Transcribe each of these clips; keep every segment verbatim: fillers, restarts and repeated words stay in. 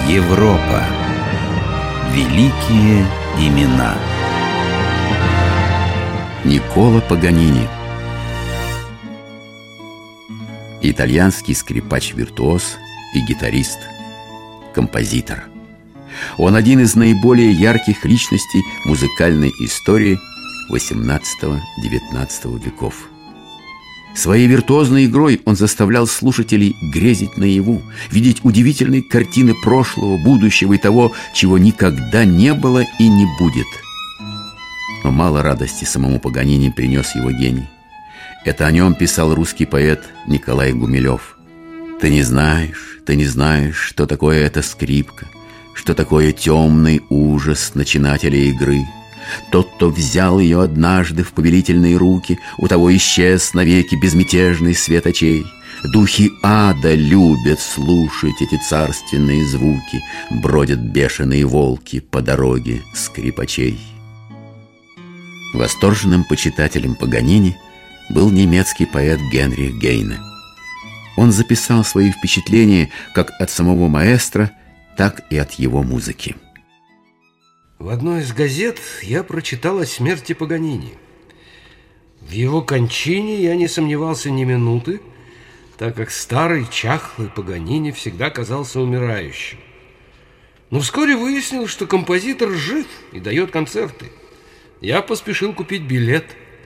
Европа. Великие имена. Никколо Паганини. Итальянский скрипач-виртуоз и гитарист, композитор. Он один из наиболее ярких личностей музыкальной истории восемнадцатого-девятнадцатого веков. Своей виртуозной игрой он заставлял слушателей грезить наяву, видеть удивительные картины прошлого, будущего и того, чего никогда не было и не будет. Но мало радости самому Паганини принес его гений. Это о нем писал русский поэт Николай Гумилев. «Ты не знаешь, ты не знаешь, что такое эта скрипка, что такое темный ужас начинателя игры. Тот, кто взял ее однажды в повелительные руки, у того исчез навеки безмятежный свет очей. Духи ада любят слушать эти царственные звуки, бродят бешеные волки по дороге скрипачей». Восторженным почитателем Паганини был немецкий поэт Генрих Гейне. Он записал свои впечатления как от самого маэстро, так и от его музыки. В одной из газет я прочитал о смерти Паганини. В его кончине я не сомневался ни минуты, так как старый чахлый Паганини всегда казался умирающим. Но вскоре выяснил, что композитор жив и дает концерты. Я поспешил купить билет.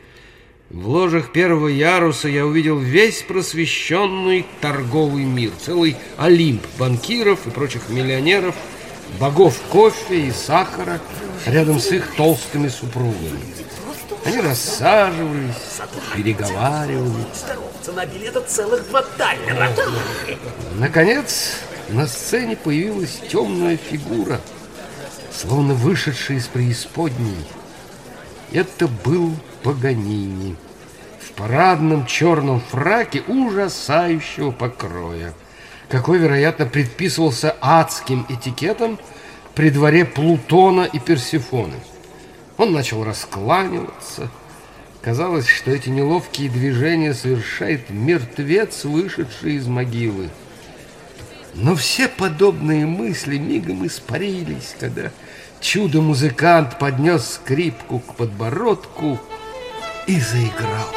В ложах первого яруса я увидел весь просвещенный торговый мир, целый олимп банкиров и прочих миллионеров, богов кофе и сахара рядом с их толстыми супругами. Они рассаживались, переговаривались. Цена билета целых два таллера. Наконец, на сцене появилась темная фигура, словно вышедшая из преисподней. Это был Паганини в парадном черном фраке ужасающего покроя, какой, вероятно, предписывался адским этикетом при дворе Плутона и Персефоны. Он начал раскланиваться. Казалось, что эти неловкие движения совершает мертвец, вышедший из могилы. Но все подобные мысли мигом испарились, когда чудо-музыкант поднес скрипку к подбородку и заиграл.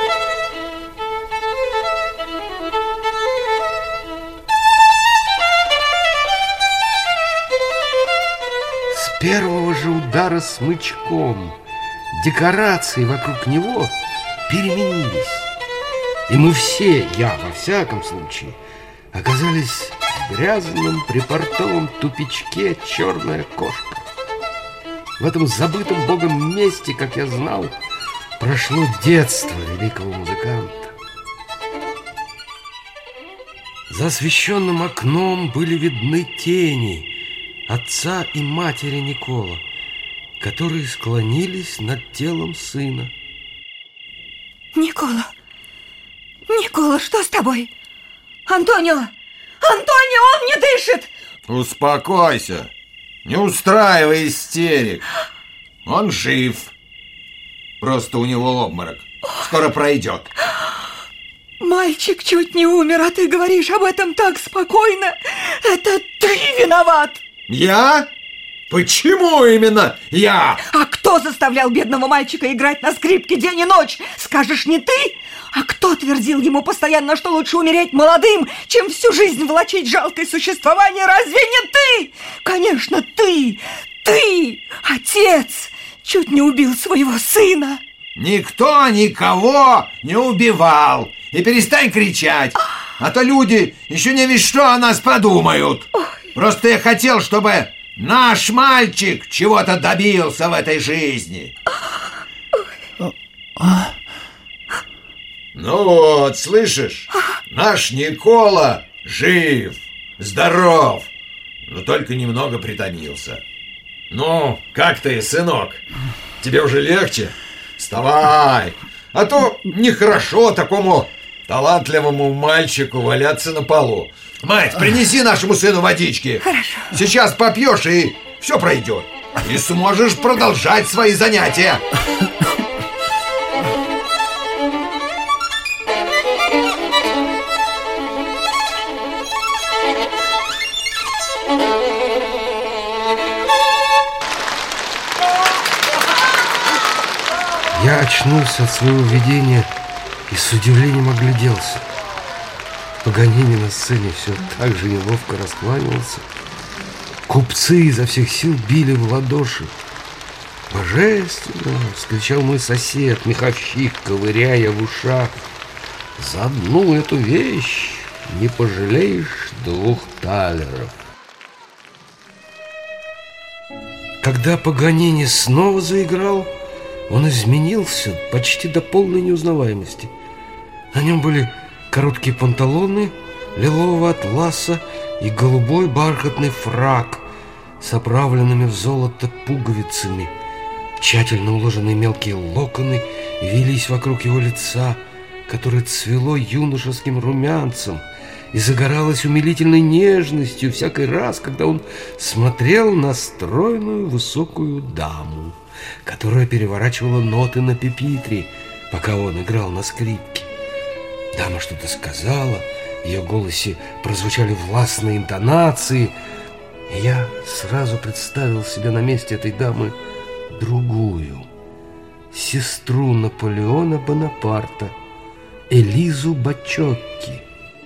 С первого же удара смычком декорации вокруг него переменились, и мы все, я во всяком случае, оказались в грязном припортовом тупичке «Черная кошка». В этом забытом богом месте, как я знал, прошло детство великого музыканта. За освещенным окном были видны тени отца и матери Никколо, которые склонились над телом сына. Никколо! Никколо, что с тобой? Антонио! Антонио, он не дышит! Успокойся! Не устраивай истерик! Он жив. Просто у него обморок. Скоро пройдет. Мальчик чуть не умер, а ты говоришь об этом так спокойно. Это ты виноват. Я? Почему именно я? А кто заставлял бедного мальчика играть на скрипке день и ночь? Скажешь, не ты? А кто твердил ему постоянно, что лучше умереть молодым, чем всю жизнь влачить жалкое существование? Разве не ты? Конечно, ты! Ты, отец, чуть не убил своего сына. Никто никого не убивал. И перестань кричать, а то люди еще не весь что о нас подумают. Ой. Просто я хотел, чтобы наш мальчик чего-то добился в этой жизни. Ну вот, слышишь? Наш Никколо жив, здоров, но только немного притомился. Ну, как ты, сынок? Тебе уже легче? Вставай, а то нехорошо такому талантливому мальчику валяться на полу. Мать, принеси нашему сыну водички. Хорошо. Сейчас попьешь, и все пройдет. И сможешь продолжать свои занятия. Я очнулся от своего видения и с удивлением огляделся. Паганини на сцене все так же неловко раскланивался. Купцы изо всех сил били в ладоши. «Божественно!» — вскричал мой сосед, меховщик, ковыряя в ушах. «За одну эту вещь не пожалеешь двух талеров». Когда Паганини снова заиграл, он изменился почти до полной неузнаваемости. На нем были короткие панталоны лилового атласа и голубой бархатный фрак с оправленными в золото пуговицами. Тщательно уложенные мелкие локоны вились вокруг его лица, которое цвело юношеским румянцем и загоралось умилительной нежностью всякий раз, когда он смотрел на стройную высокую даму, которая переворачивала ноты на пюпитре, пока он играл на скрипке. Дама что-то сказала, в ее голосе прозвучали властные интонации, и я сразу представил себе на месте этой дамы другую, сестру Наполеона Бонапарта, Элизу Бачокки.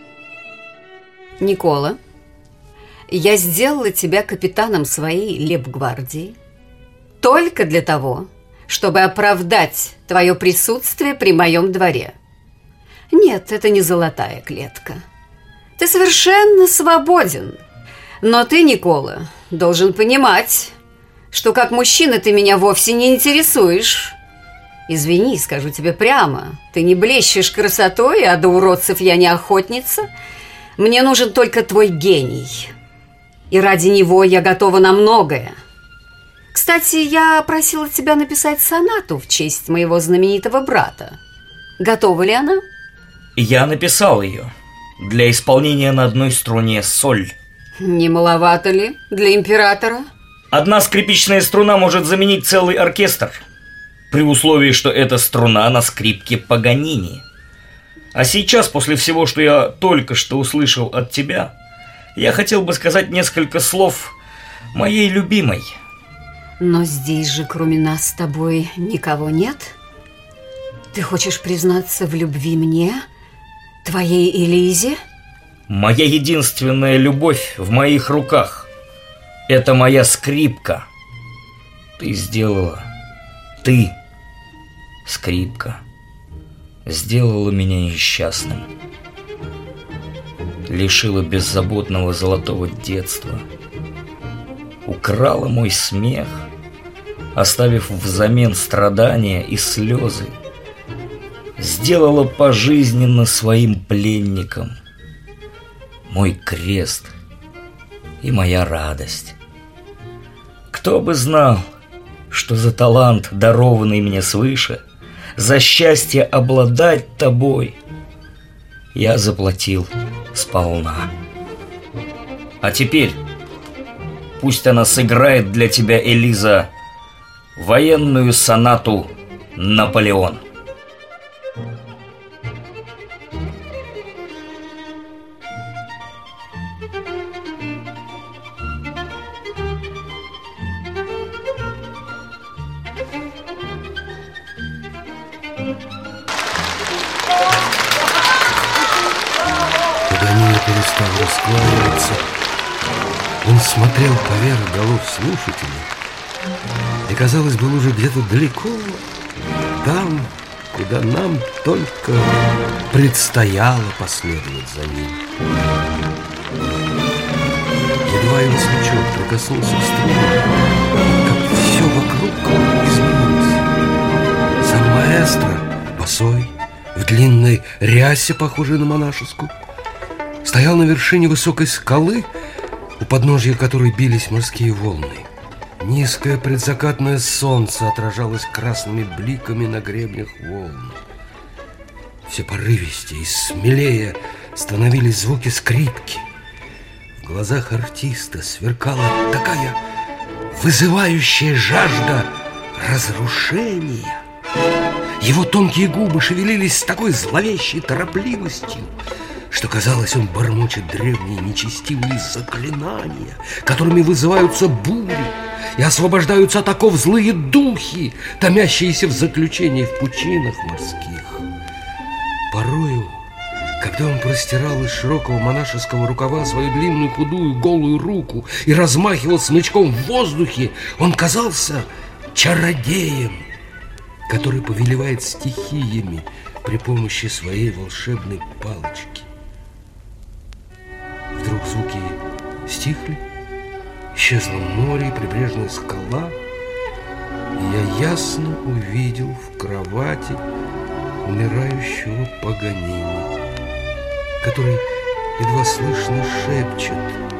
Никола, я сделала тебя капитаном своей лейб-гвардии только для того, чтобы оправдать твое присутствие при моем дворе. Нет, это не золотая клетка. Ты совершенно свободен. Но ты, Никола, должен понимать, что как мужчина ты меня вовсе не интересуешь. Извини, скажу тебе прямо, ты не блещешь красотой, а до уродцев я не охотница. Мне нужен только твой гений. И ради него я готова на многое. Кстати, я просила тебя написать сонату в честь моего знаменитого брата. Готова ли она? Я написал ее. Для исполнения на одной струне соль. Не маловато ли для императора? Одна скрипичная струна может заменить целый оркестр, при условии, что эта струна на скрипке Паганини. А сейчас, после всего, что я только что услышал от тебя, я хотел бы сказать несколько слов моей любимой. Но здесь же, кроме нас с тобой, никого нет? Ты хочешь признаться в любви мне, твоей Элизе? Моя единственная любовь в моих руках. Это моя скрипка. Ты сделала, ты, скрипка, сделала меня несчастным. Лишила беззаботного золотого детства. Украла мой смех, оставив взамен страдания и слезы. Сделала пожизненно своим пленником. Мой крест и моя радость. Кто бы знал, что за талант, дарованный мне свыше, за счастье обладать тобой, я заплатил сполна. А теперь пусть она сыграет для тебя, Элиза, военную сонату «Наполеон». Паганини перестал раскланиваться. Он смотрел поверх голов слушателей и, казалось, был уже где-то далеко, там, куда нам только предстояло последовать за ним. Едва его смычок прикоснулся к струне, как все вокруг изменилось. Сам маэстро, босой, в длинной рясе, похожей на монашескую, стоял на вершине высокой скалы, у подножья которой бились морские волны. Низкое предзакатное солнце отражалось красными бликами на гребнях волн. Все порывистее и смелее становились звуки скрипки. В глазах артиста сверкала такая вызывающая жажда разрушения. Его тонкие губы шевелились с такой зловещей торопливостью, что что, казалось, он бормочет древние нечестивые заклинания, которыми вызываются бури и освобождаются от оков злые духи, томящиеся в заключении в пучинах морских. Порою, когда он простирал из широкого монашеского рукава свою длинную худую голую руку и размахивал смычком в воздухе, он казался чародеем, который повелевает стихиями при помощи своей волшебной палочки. Вдруг звуки стихли, исчезло море и прибрежная скала, и я ясно увидел в кровати умирающего Паганини, который едва слышно шепчет: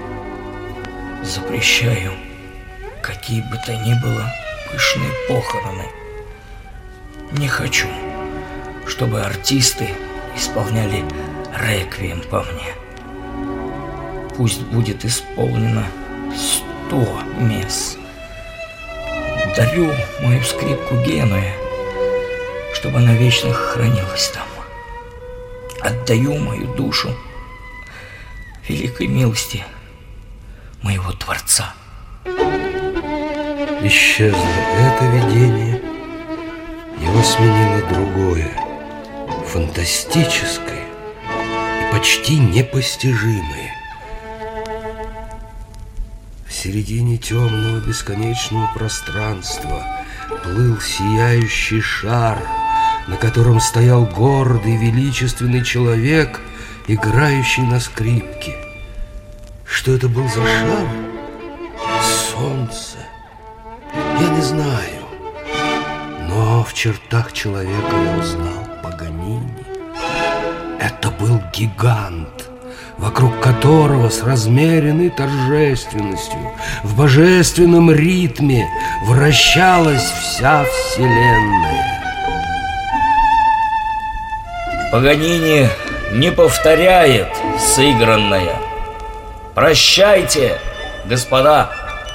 запрещаю какие бы то ни было пышные похороны. Не хочу, чтобы артисты исполняли реквием по мне. Пусть будет исполнено сто месс. Дарю мою скрипку Генуе, чтобы она вечно хранилась там. Отдаю мою душу великой милости моего Творца. Исчезло это видение, его сменило другое, фантастическое и почти непостижимое. В середине темного бесконечного пространства плыл сияющий шар, на котором стоял гордый величественный человек, играющий на скрипке. Что это был за шар? Солнце? Я не знаю. Но в чертах человека я узнал Паганини. Это был гигант, вокруг которого с размеренной торжественностью, в божественном ритме вращалась вся вселенная. Паганини не повторяет сыгранное. Прощайте, господа.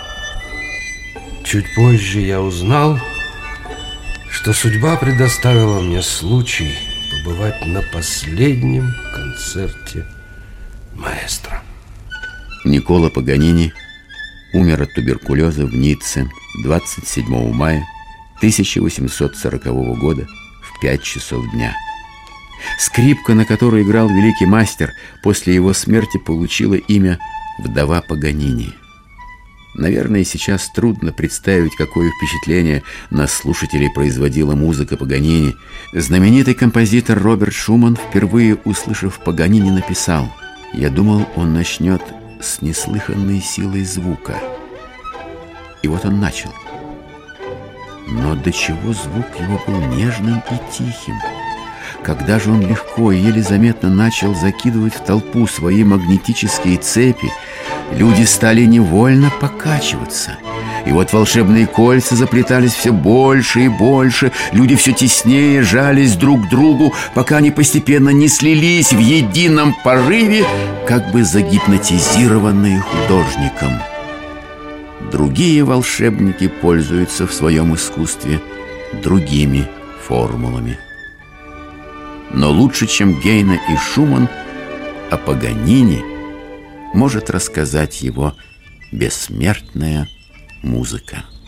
Чуть позже я узнал, что судьба предоставила мне случай побывать на последнем концерте маэстро. Никколо Паганини умер от туберкулеза в Ницце двадцать седьмого мая тысяча восемьсот сорокового года в пять часов дня. Скрипка, на которой играл великий мастер, после его смерти получила имя «Вдова Паганини». Наверное, сейчас трудно представить, какое впечатление на слушателей производила музыка Паганини. Знаменитый композитор Роберт Шуман, впервые услышав Паганини, написал: «Я думал, он начнет с неслыханной силой звука». И вот он начал. Но до чего звук его был нежным и тихим. Когда же он легко и еле заметно начал закидывать в толпу свои магнетические цепи, люди стали невольно покачиваться. И вот волшебные кольца заплетались все больше и больше, люди все теснее жались друг к другу, пока они постепенно не слились в едином порыве, как бы загипнотизированные художником. Другие волшебники пользуются в своем искусстве другими формулами. Но лучше, чем Гейна и Шуман, о Паганини может рассказать его бессмертная музыка.